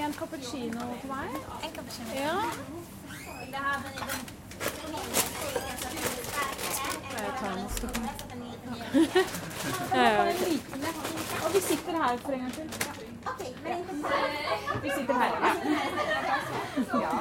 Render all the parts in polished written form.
en cappuccino till mig? En cappuccino. Ja. Jag tar en stor. Och vi sitter här för en gång till. Vi sitter här. Ja.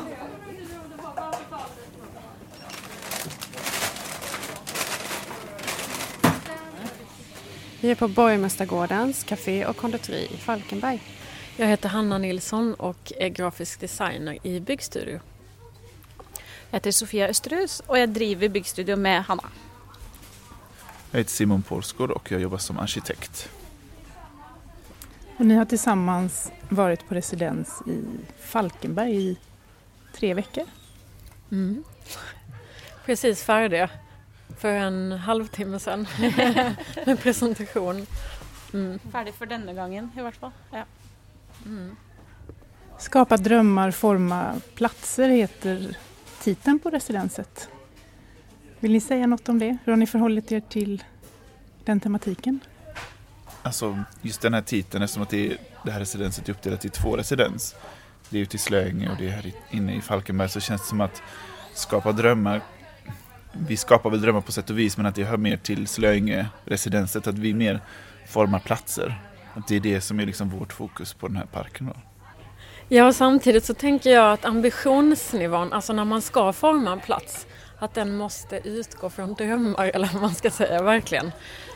Vi är på Borgmästargårdens café och konditori i Falkenberg. Jag heter Hanna Nilsson och är grafisk designer i Byggstudio. Jag heter Sofia Österhus och jag driver Byggstudio med Hanna. Jag heter Simon Polsgård och jag jobbar som arkitekt. Och ni har tillsammans varit på residens i Falkenberg i 3 veckor. Mm. Precis färdiga för en halvtimme sedan med presentation. Mm. Färdig för denna gången i vart fall. Ja. Mm. Skapa drömmar, forma platser heter titeln på residenset. Vill ni säga något om det? Hur har ni förhållit er till den tematiken? Alltså just den här titeln, eftersom att det här residenset är uppdelat i 2 residens. Det är ute i Slöinge och det är här inne i Falkenberg, så känns det som att skapa drömmar. Vi skapar väl drömmar på sätt och vis, men att det hör mer till Slöinge-residenset, att vi mer formar platser. Att det är det som är liksom vårt fokus på den här parken då. Ja, och samtidigt så tänker jag att ambitionsnivån, alltså när man ska forma en plats, att den måste utgå från drömmar, eller vad man ska säga, verkligen.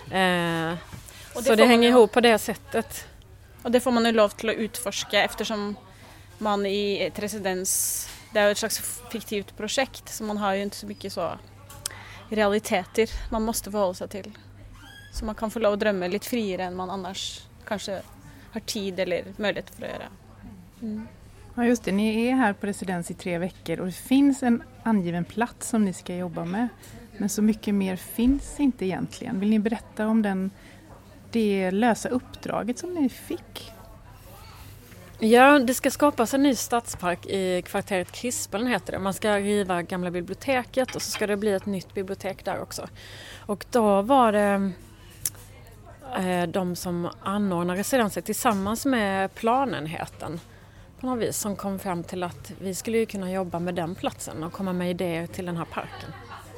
Så det hänger ihop på det sättet. Och det får man ju lov till att utforska eftersom man i ett residens, det är ett slags fiktivt projekt, så man har ju inte så mycket så realiteter man måste förhålla sig till. Så man kan få lov att drömma lite friare än man annars kanske har tid eller möjlighet för att göra. Mm. Ja just det, ni är här på residens i 3 veckor och det finns en angiven plats som ni ska jobba med. Men så mycket mer finns inte egentligen. Vill ni berätta om det lösa uppdraget som ni fick? Ja, det ska skapas en ny stadspark i kvarteret Krispeln heter det. Man ska riva gamla biblioteket och så ska det bli ett nytt bibliotek där också. Och då var det de som anordnar residenset tillsammans med planenheten på något vis som kom fram till att vi skulle ju kunna jobba med den platsen och komma med idéer till den här parken.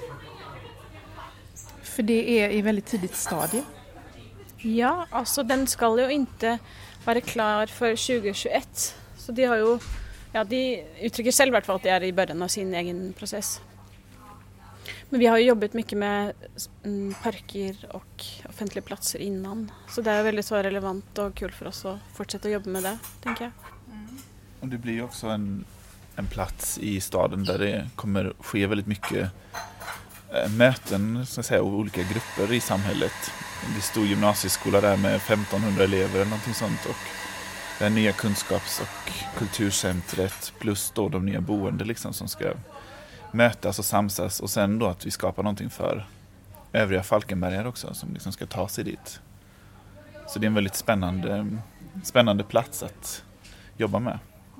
För det är i väldigt tidigt stadie. Ja, alltså den ska ju inte vara klar för 2021. Så de har ju, ja, de uttrycker själva i hvert fall att det är i början av sin egen process. Men vi har ju jobbat mycket med parker och offentliga platser innan. Så det är väldigt så relevant och kul för oss att fortsätta jobba med det, tänker jag. Och det blir också en plats i staden där det kommer ske väldigt mycket möten, så att säga, och olika grupper i samhället. Det är stor gymnasieskola där med 1500 elever eller någonting sånt, och det här nya kunskaps- och kulturcentret plus då de nya boende liksom som ska mötas och samsas, och sen då att vi skapar någonting för övriga Falkenbergare också som liksom ska ta sig dit. Så det är en väldigt spännande plats att jobba med.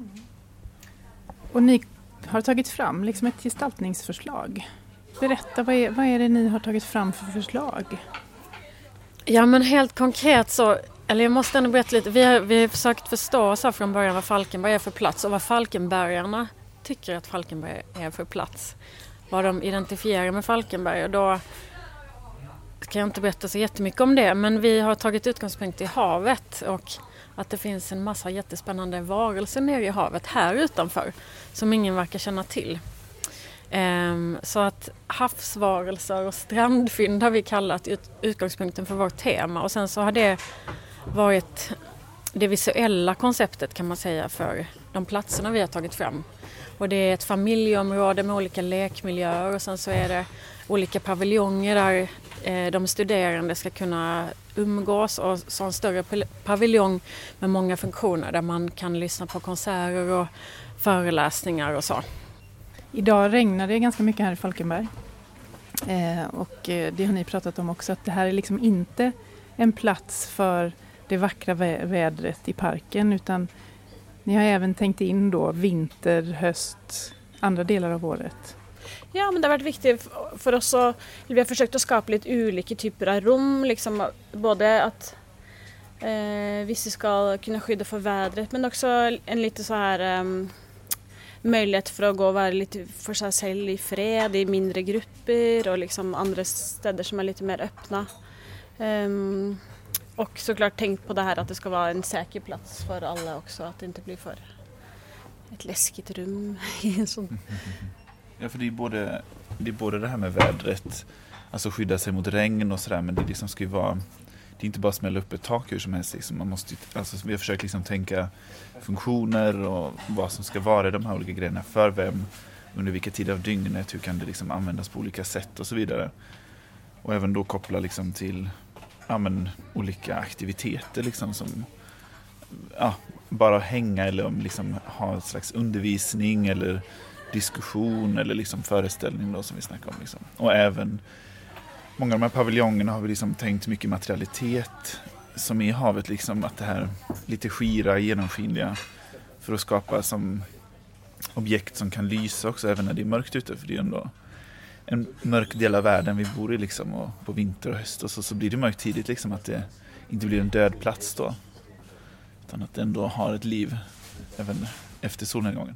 Och ni har tagit fram liksom ett gestaltningsförslag. Berätta, vad är det ni har tagit fram för förslag? Ja, men helt konkret så, eller jag måste ändå berätta lite. Vi har försökt förstå så här från början vad Falkenberg är för plats och vad Falkenbergarna tycker att Falkenberg är för plats. Vad de identifierar med Falkenberg, och då kan jag inte berätta så jättemycket om det, men vi har tagit utgångspunkt i havet och att det finns en massa jättespännande varelser nere i havet här utanför som ingen verkar känna till. Så att havsvarelser och strandfynd har vi kallat utgångspunkten för vårt tema, och sen så har det varit det visuella konceptet kan man säga för de platserna vi har tagit fram. Och det är ett familjeområde med olika lekmiljöer, och sen så är det olika paviljonger där de studerande ska kunna umgås, och så en större paviljong med många funktioner där man kan lyssna på konserter och föreläsningar och så. Idag regnar det ganska mycket här i Falkenberg. Och det har ni pratat om också, att det här är liksom inte en plats för det vackra vädret i parken, utan ni har även tänkt in då vinter, höst, andra delar av året. Ja, men det har varit viktigt för oss vi har försökt att skapa lite olika typer av rum, liksom både att Vissa ska kunna skydda för vädret, men också en lite så här möjlighet för att gå och vara lite för sig själv i fred i mindre grupper och liksom andra städer som är lite mer öppna. Och såklart tänkt på det här att det ska vara en säker plats för alla också, att det inte blir för ett läskigt rum i en sån. Ja, för det är både det här med vädret, alltså skydda sig mot regn och sådär, men det liksom ska ju vara, det är inte bara smälla upp ett tak hur som helst liksom. Man måste, alltså, vi har försökt liksom tänka funktioner och vad som ska vara i de här olika grejerna, för vem, under vilka tider av dygnet, hur kan det liksom användas på olika sätt och så vidare. Och även då koppla liksom till olika aktiviteter liksom, som bara hänga eller om liksom ha en slags undervisning eller diskussion eller liksom föreställning då, som vi snackar om liksom. Och även många av de här paviljongerna har vi liksom tänkt mycket materialitet som i havet liksom, att det här lite skira, genomskinliga, för att skapa som objekt som kan lysa också även när det är mörkt ute, för det är ändå en mörk del av världen vi bor i liksom, och på vinter och höst och så blir det mörkt tidigt liksom, att det inte blir en död plats då, utan att det ändå har ett liv även efter solnedgången.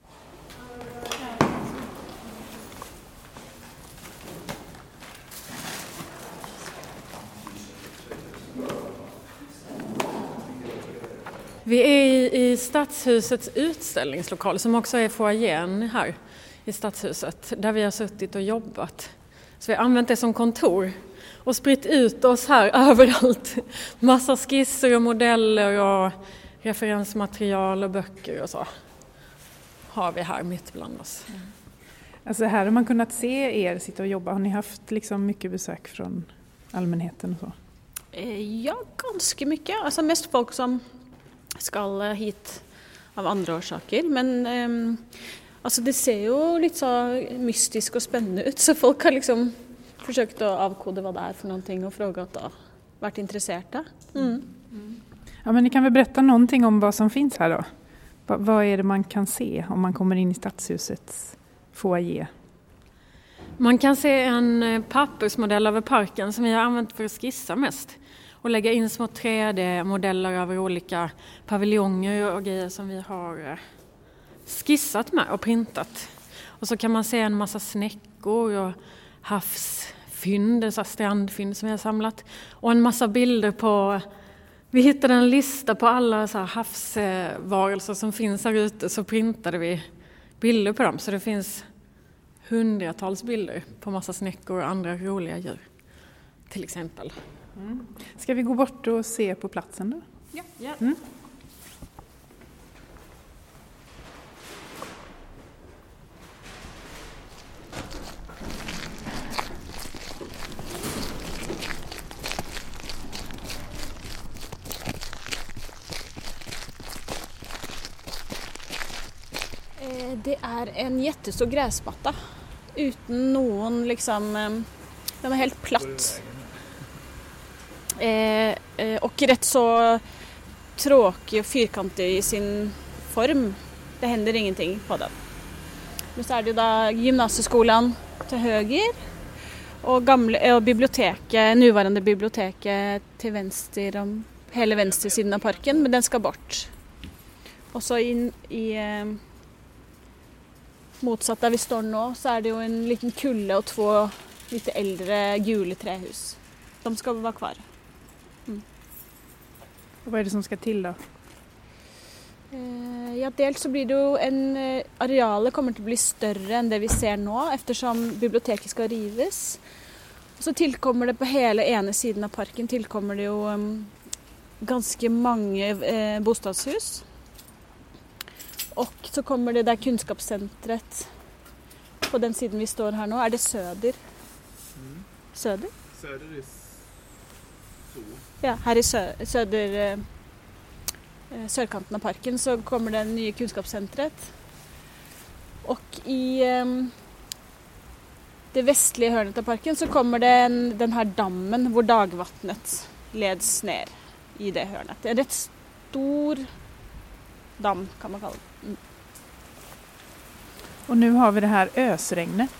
Vi är i Stadshusets utställningslokal som också är foajén här i Stadshuset, där vi har suttit och jobbat. Så vi har använt det som kontor och spritt ut oss här överallt. Massa skisser och modeller och referensmaterial och böcker och så har vi här mitt bland oss. Alltså här har man kunnat se er sitta och jobba. Har ni haft liksom mycket besök från allmänheten och så? Ja, ganska mycket. Alltså mest folk som ska hit av andra orsaker. Men alltså det ser ju lite så mystiskt och spännande ut. Så folk har liksom försökt att avkoda vad det är för någonting och frågat och varit intresserade. Ja, men ni kan väl berätta någonting om vad som finns här då? Vad är det man kan se om man kommer in i Stadshusets foyer? Man kan se en pappersmodell över parken som vi har använt för att skissa mest. Och lägga in små 3D-modeller över olika paviljonger och grejer som vi har skissat med och printat. Och så kan man se en massa snäckor och havsfynd, så strandfynd som vi har samlat. Och en massa bilder på, vi hittade en lista på alla så här havsvarelser som finns här ute, så printade vi bilder på dem. Så det finns hundratals bilder på massa snäckor och andra roliga djur till exempel. Ska vi gå bort och se på platsen då? Ja. Det är en jättestor gräsmatta utan någon liksom, den är helt platt. Och rätt så tråkig och fyrkantig i sin form. Det händer ingenting på den. Men så är det då gymnasieskolan till höger och biblioteket, nuvarande biblioteket till vänster, om hela vänstersidan av parken, men den ska bort. Och så in i motsatt där vi står nu så är det ju en liten kulle och 2 lite äldre gula trähus. De ska vara kvar. Och vad är det som ska till då? Ja, dels så blir det ju arealet kommer att bli större än det vi ser nu eftersom biblioteket ska rivas. Och så tillkommer det på hela ena sidan av parken tillkommer det ju ganska många bostadshus. Och så kommer det där kunskapscentret på den sidan vi står här nu. Är det söder? Söder? Söder är så. Ja, här i sörkanten av parken så kommer det nya kunskapscentret. Och i det västliga hörnet av parken så kommer det den här dammen där dagvattnet leds ner i det hörnet. Det är en rätt stor damm kan man kalla det. Och nu har vi det här ösregnet.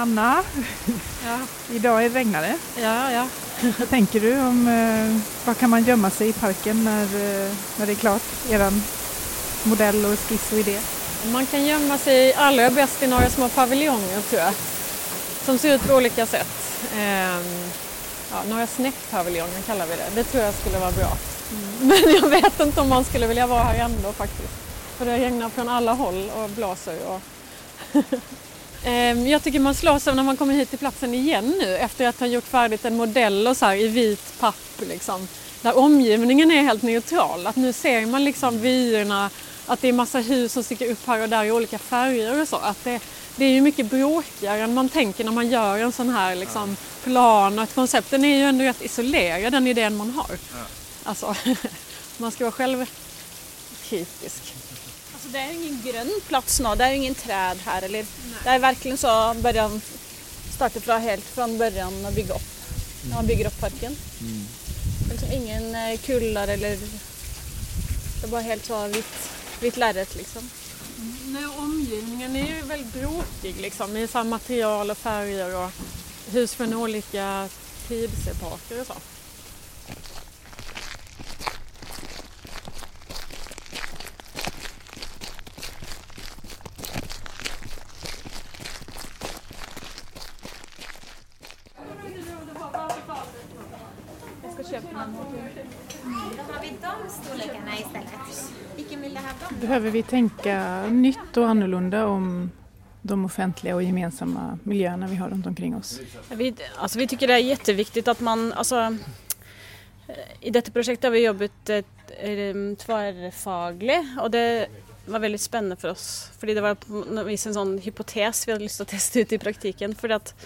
Anna, Ja. idag är det regnare. Ja. Vad tänker du om var kan man gömma sig i parken när det är klart? Eran modell och skiss och idé. Man kan gömma sig allra bäst i några små paviljonger tror jag. Som ser ut på olika sätt. Några snäckpaviljonger kallar vi det. Det tror jag skulle vara bra. Men jag vet inte om man skulle vilja vara här ändå faktiskt. För det regnar från alla håll och blåser. Jag tycker man slås av när man kommer hit till platsen igen nu efter att ha gjort färdigt en modell och så här, i vit papp. Liksom, där omgivningen är helt neutral. Att nu ser man liksom vyerna, att det är massa hus som sticker upp här och där i olika färger och så. Att det är ju mycket bråkigare än man tänker när man gör en sån här liksom, plan och ett koncept. Den är ju ändå rätt isolerad, den idén man har. Alltså, man ska vara självkritisk. Alltså, det är ju ingen grön plats nu, det är ju ingen träd här. Eller, det är verkligen så början starta helt från början och bygga upp. När man bygger upp parken. Liksom ingen kullar eller det är bara helt så vitt lärret liksom. Nej, omgivningen är ju väldigt bråkig liksom, i samma material och färger och hus från olika tidsepoker och så. Då har vi de storlekarna istället. Vilken vill du ha dem? Behöver vi tänka nytt och annorlunda om de offentliga och gemensamma miljöerna vi har runt omkring oss? Vi tycker det är jätteviktigt att man, i detta projekt har vi jobbat tvärfagligt och det var väldigt spännande för oss. För det var på något vis en sån hypotes vi hade lust att testa ut i praktiken. För att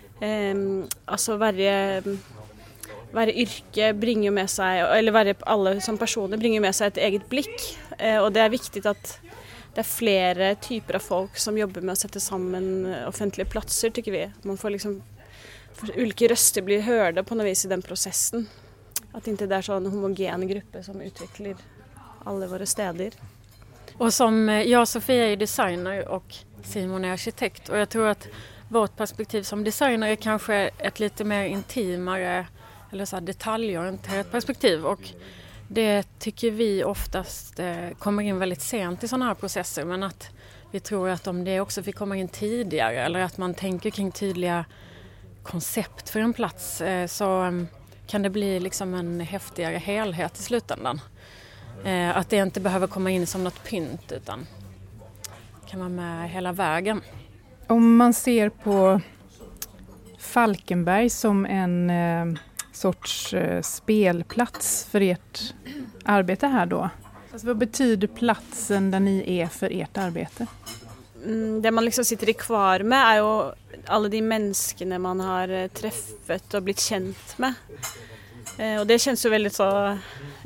varje yrke bringer med sig, eller alla som personer bringer med sig ett eget blick. Och det är viktigt att det är flera typer av folk som jobbar med att sätta samman offentliga platser, tycker vi. Man får liksom, för olika röster blir hörda på något vis i den processen. Att inte det är så en homogen grupp som utvecklar alla våra städer. Och som jag, Sofia, är designer och Simon är arkitekt. Och jag tror att vårt perspektiv som designer är kanske ett lite mer intimare eller så här detaljorienterat perspektiv. Och det tycker vi oftast kommer in väldigt sent i sådana här processer. Men att vi tror att om det också fick komma in tidigare eller att man tänker kring tydliga koncept för en plats så kan det bli liksom en häftigare helhet i slutändan. Att det inte behöver komma in som något pynt utan kan vara med hela vägen. Om man ser på Falkenberg som en sorts spelplats för ert arbete här då. Alltså, vad betyder platsen där ni är för ert arbete? Det man liksom sitter i kvar med är ju alla de människorna man har träffat och blivit känt med. Och det känns ju väldigt så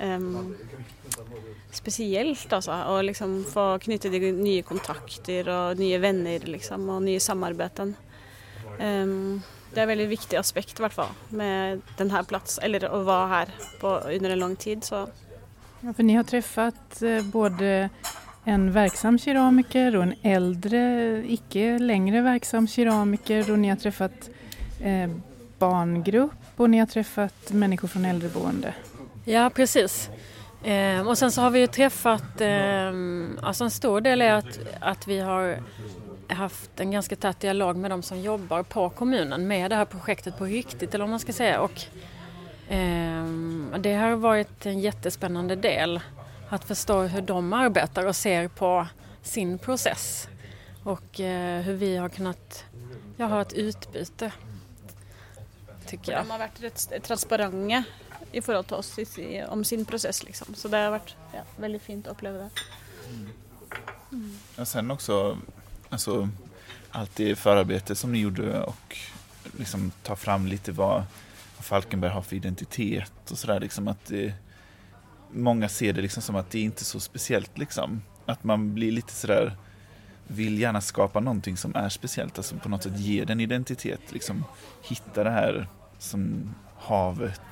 speciellt alltså, och liksom få knyta till nya kontakter och nya vänner liksom, och nya samarbeten. Det är en väldigt viktig aspekt i alla fall med den här platsen, eller att vara här under en lång tid. Så. Ja, för ni har träffat både en verksam keramiker och en äldre, icke längre verksam keramiker och ni har träffat barngrupp och ni har träffat människor från äldreboende. Ja, precis. Och sen så har vi ju träffat, alltså en stor del är att vi har haft en ganska tät dialog med de som jobbar på kommunen med det här projektet på riktigt, eller vad man ska säga. Och det har varit en jättespännande del att förstå hur de arbetar och ser på sin process. Och hur vi har kunnat ha ett utbyte, tycker jag. De har varit rätt transparenta i förhållande till oss om sin process. Liksom. Så det har varit väldigt fint att uppleva det. Och sen också alltså, allt det förarbete som ni gjorde och liksom ta fram lite vad Falkenberg har för identitet och sådär. Liksom att många ser det liksom som att det inte är så speciellt. Liksom. Att man blir lite sådär, vill gärna skapa någonting som är speciellt. Alltså på något sätt ge den identitet. Liksom, hitta det här som havet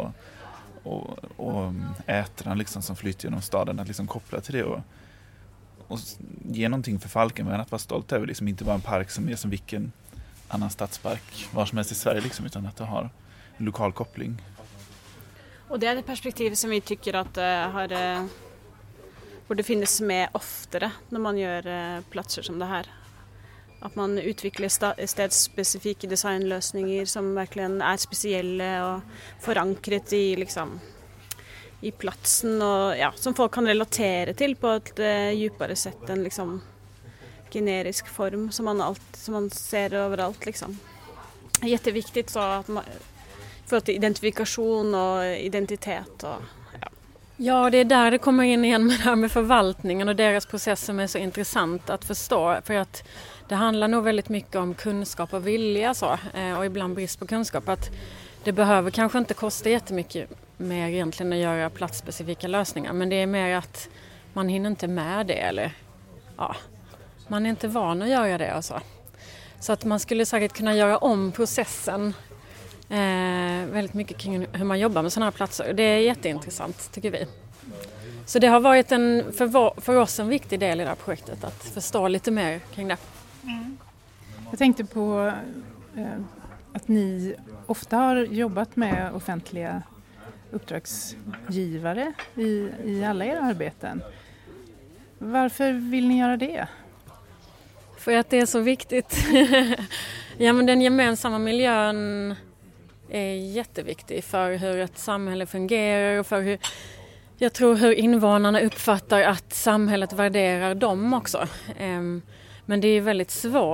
och ätran liksom, som flyter genom staden. Att liksom koppla till det och ge någonting för Falkenberg att vara stolt över. Liksom inte bara en park som är som vilken annan stadspark var som helst i Sverige liksom, utan att det har en lokal koppling. Och det är ett perspektiv som vi tycker att borde finnas med oftare när man gör platser som det här. Att man utvecklar stedsspecifika designlösningar som verkligen är speciella och förankrat i liksom i platsen och ja, som folk kan relatera till på ett djupare sätt än liksom generisk form som man ser överallt liksom. Det är jätteviktigt så att man för att identifikation och identitet och ja. Ja, det är där det kommer in igen med det här med förvaltningen och deras process som är så intressant att förstå, för att det handlar nog väldigt mycket om kunskap och vilja så, och ibland brist på kunskap, att det behöver kanske inte kosta jättemycket mer egentligen att göra platsspecifika lösningar, men det är mer att man hinner inte med det, eller ja, man är inte van att göra det och så. Så att man skulle säkert kunna göra om processen väldigt mycket kring hur man jobbar med sådana här platser. Det är jätteintressant tycker vi. Så det har varit för oss en viktig del i det här projektet att förstå lite mer kring det. Jag tänkte på att ni ofta har jobbat med offentliga uppdragsgivare i alla era arbeten. Varför vill ni göra det? För att det är så viktigt. Ja, men den gemensamma miljön är jätteviktig för hur ett samhälle fungerar och för hur invånarna uppfattar att samhället värderar dem också. Men det är väldigt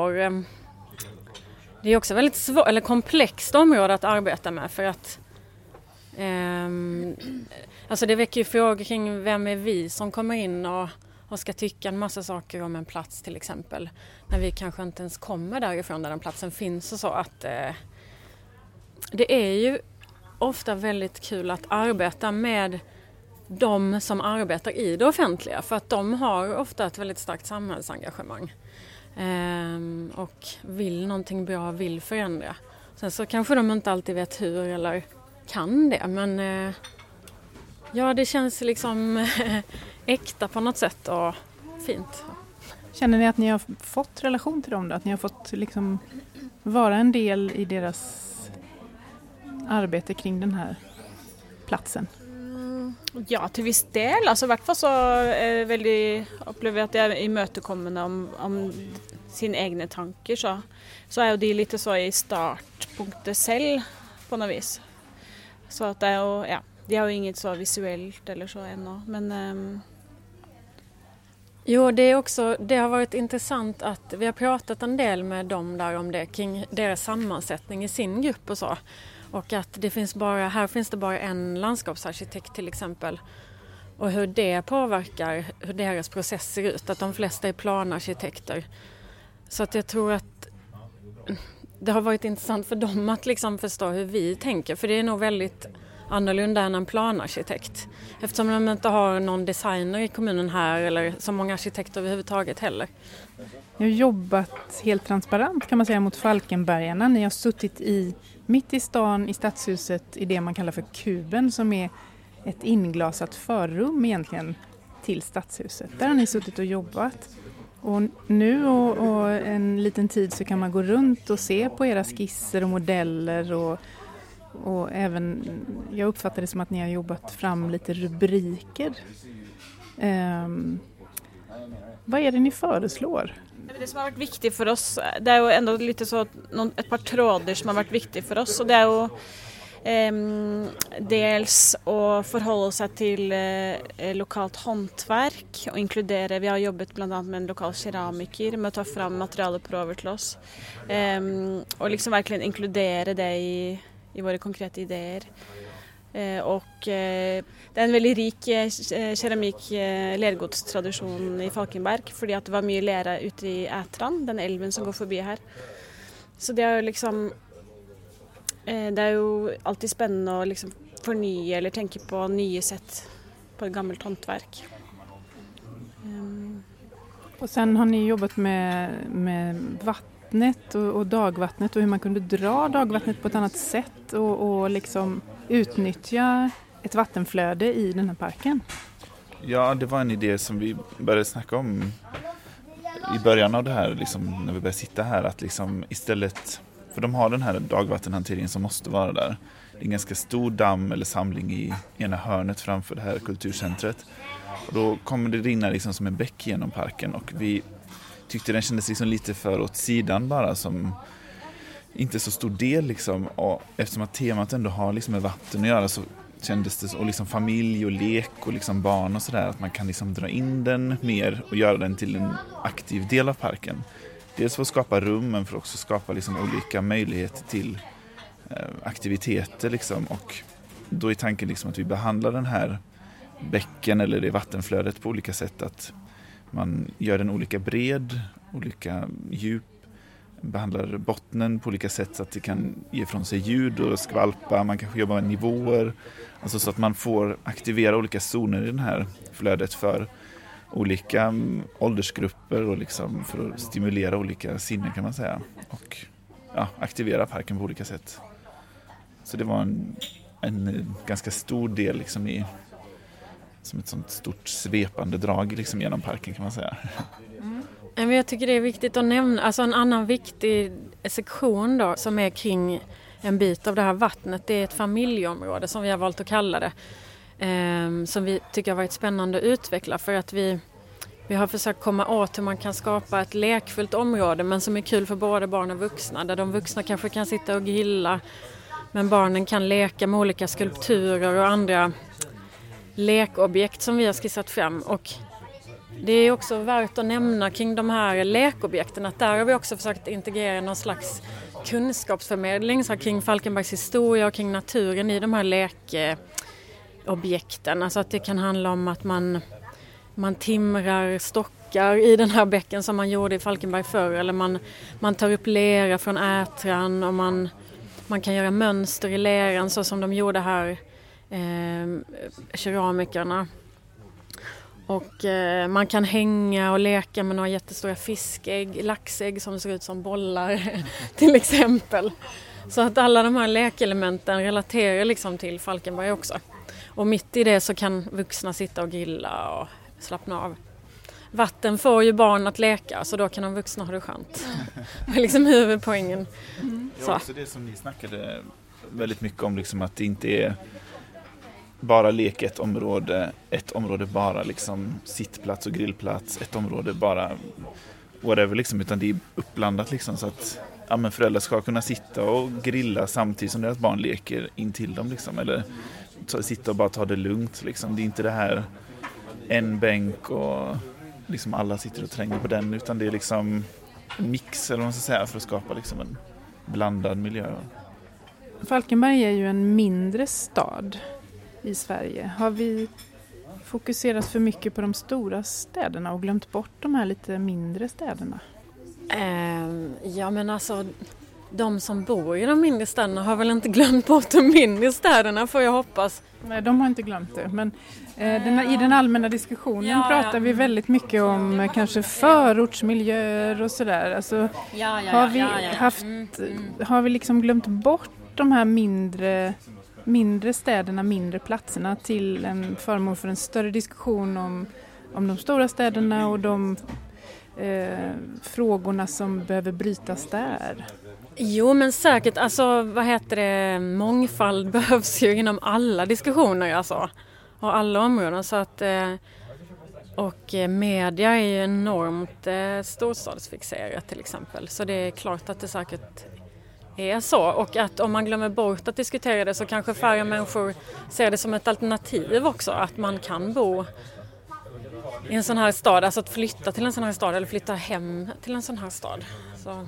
det är också väldigt komplext område att arbeta med, för att alltså det väcker ju frågor kring vem är vi som kommer in och ska tycka en massa saker om en plats till exempel, när vi kanske inte ens kommer därifrån där den platsen finns och så, att det är ju ofta väldigt kul att arbeta med de som arbetar i det offentliga, för att de har ofta ett väldigt starkt samhällsengagemang och vill någonting bra, vill förändra. Sen så kanske de inte alltid vet hur eller kan det, men ja, det känns liksom äkta på något sätt och fint. Känner ni att ni har fått relation till dem då? Att ni har fått liksom vara en del i deras arbete kring den här platsen? Ja, till viss del. Alltså i vart fall så upplever jag att jag är imötekommande om sina egna tankar. Så är ju det lite så i startpunktet själv på något vis. Så att det är ju, ja, det är ju inget så visuellt eller så ännu, men Jo, det har varit intressant att vi har pratat en del med dem där om det, kring deras sammansättning i sin grupp och så. Och att här finns det bara en landskapsarkitekt till exempel. Och hur det påverkar hur deras process ser ut. Att de flesta är planarkitekter. Så att jag tror att det har varit intressant för dem att liksom förstå hur vi tänker. För det är nog väldigt annorlunda än en planarkitekt. Eftersom de inte har någon designer i kommunen här eller så många arkitekter överhuvudtaget heller. Ni har jobbat helt transparent kan man säga mot Falkenbergarna. Ni har suttit mitt i stan i stadshuset i det man kallar för kuben, som är ett inglasat förrum egentligen till stadshuset. Där har ni suttit och jobbat. Och nu och en liten tid så kan man gå runt och se på era skisser och modeller och även, jag uppfattar det som att ni har jobbat fram lite rubriker. Vad är det ni föreslår? Det som har varit viktigt för oss, det är ju ändå lite så ett par trådar som har varit viktigt för oss, och det är ju dels att förhålla sig till lokalt hantverk och inkludera, vi har jobbat bland annat med en lokal keramiker med att ta fram materialprover till oss och liksom verkligen inkludera det i våra konkreta idéer. Och det är en väldigt rik lergodstradition i Falkenberg, för att det var mycket lera ute i Ätran, den älven som går förbi här. Så det är liksom det är ju alltid spännande att liksom förnya eller tänka på nya sätt på ett gammalt hantverk. Och sen har ni jobbat med vattnet och dagvattnet och hur man kunde dra dagvattnet på ett annat sätt och liksom utnyttja ett vattenflöde i den här parken. Ja, det var en idé som vi började snacka om i början av det här, liksom, när vi började sitta här, att liksom istället för de har den här dagvattenhanteringen som måste vara där. Det är en ganska stor damm eller samling i ena hörnet framför det här kulturcentret. Och då kommer det rinna liksom som en bäck genom parken, och vi tyckte den kändes liksom lite för åt sidan bara, som inte så stor del liksom. Och eftersom att temat ändå har liksom med vatten att göra, så kändes det, och liksom familj och lek och liksom barn och sådär, att man kan liksom dra in den mer och göra den till en aktiv del av parken. Dels för att skapa rum, men för att också skapa liksom olika möjligheter till aktiviteter liksom. Och då är tanken liksom att vi behandlar den här bäcken eller det vattenflödet på olika sätt, att man gör den olika bred, olika djup, behandlar bottnen på olika sätt så att det kan ge från sig ljud och skvalpa, man kanske jobbar med nivåer, alltså så att man får aktivera olika zoner i den här flödet för olika åldersgrupper och liksom för att stimulera olika sinnen, kan man säga, och aktivera parken på olika sätt. Så det var en ganska stor del liksom som ett sånt stort svepande drag liksom genom parken, kan man säga. Men jag tycker det är viktigt att nämna, alltså en annan viktig sektion då, som är kring en bit av det här vattnet, det är ett familjeområde som vi har valt att kalla det. Som vi tycker har varit spännande att utveckla, för att vi har försökt komma åt hur man kan skapa ett lekfullt område, men som är kul för både barn och vuxna, där de vuxna kanske kan sitta och grilla, men barnen kan leka med olika skulpturer och andra lekobjekt som vi har skissat fram. Och det är också värt att nämna kring de här lekobjekten att där har vi också försökt integrera någon slags kunskapsförmedling så kring Falkenbergs historia och kring naturen i de här lekobjekten. Alltså att det kan handla om att man timrar stockar i den här bäcken som man gjorde i Falkenberg förr, eller man tar upp lera från Ätran, och man kan göra mönster i leran så som de gjorde här, keramikerna. Och man kan hänga och leka med några jättestora fiskägg, laxägg som ser ut som bollar till exempel. Så att alla de här lekelementen relaterar liksom till Falkenberg också. Och mitt i det så kan vuxna sitta och grilla och slappna av. Vatten får ju barn att leka, så då kan de vuxna ha det skönt. Det är liksom huvudpoängen. Det är också det som ni snackade väldigt mycket om, liksom att det inte är bara lek ett område bara liksom sittplats och grillplats, ett område bara whatever liksom, utan det är uppblandat liksom, så att men föräldrar ska kunna sitta och grilla samtidigt som deras barn leker in till dem liksom, eller sitta och bara ta det lugnt liksom. Det är inte det här en bänk och liksom alla sitter och tränger på den, utan det är liksom en mix, eller vad man ska säga, för att skapa liksom en blandad miljö. Falkenberg är ju en mindre stad i Sverige. Har vi fokuserat för mycket på de stora städerna och glömt bort de här lite mindre städerna? Ja, men alltså de som bor i de mindre städerna har väl inte glömt bort de mindre städerna, får jag hoppas. Nej, de har inte glömt det. Men i den allmänna diskussionen pratar vi väldigt mycket om kanske förortsmiljöer och sådär. Alltså, har vi liksom glömt bort de här mindre städerna, mindre platserna till en förmån för en större diskussion om de stora städerna och de frågorna som behöver brytas där? Jo, men säkert. Alltså, mångfald behövs ju inom alla diskussioner alltså, och alla områden. Så att, och media är ju enormt storstadsfixerat till exempel. Så det är klart att det säkert är så. Och att om man glömmer bort att diskutera det så kanske färre människor ser det som ett alternativ också. Att man kan bo i en sån här stad. Alltså att flytta till en sån här stad eller flytta hem till en sån här stad. Så.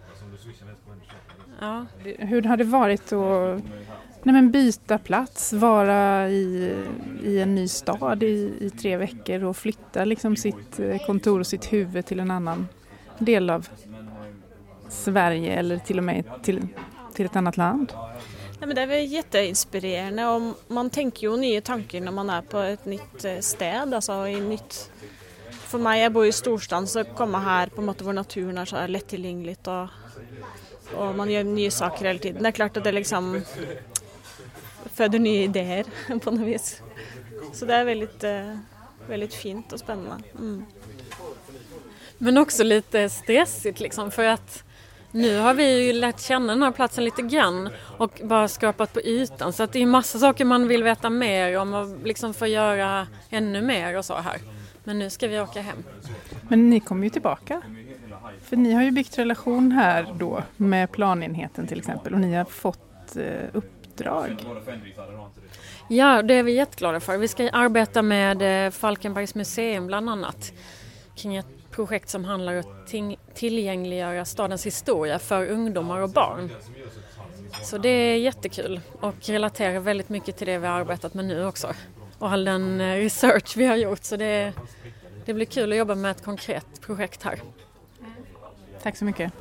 Ja. Hur har det varit att byta plats, vara i en ny stad i 3 veckor och flytta liksom sitt kontor och sitt huvud till en annan del av Sverige eller till och med till ett annat land? Nej, men det är väl jätteinspirerande, och man tänker ju nya tankar när man är på ett nytt sted, alltså i nytt. För mig, jag bor i storstan, så komma här på något där naturen är så lättillgängligt och man gör nya saker hela tiden. Det är klart att det liksom föder nya idéer på något vis. Så det är väldigt, väldigt fint och spännande. Mm. Men också lite stressigt liksom, för att Nu har vi ju lärt känna den här platsen lite grann och bara skrapat på ytan. Så att det är massa saker man vill veta mer om och liksom få göra ännu mer och så här. Men nu ska vi åka hem. Men ni kommer ju tillbaka. För ni har ju byggt relation här då med planenheten till exempel och ni har fått uppdrag. Ja, det är vi jätteglada för. Vi ska arbeta med Falkenbergs museum bland annat kring ett projekt som handlar om att tillgängliggöra stadens historia för ungdomar och barn. Så det är jättekul och relaterar väldigt mycket till det vi har arbetat med nu också. Och all den research vi har gjort, så det blir kul att jobba med ett konkret projekt här. Tack så mycket.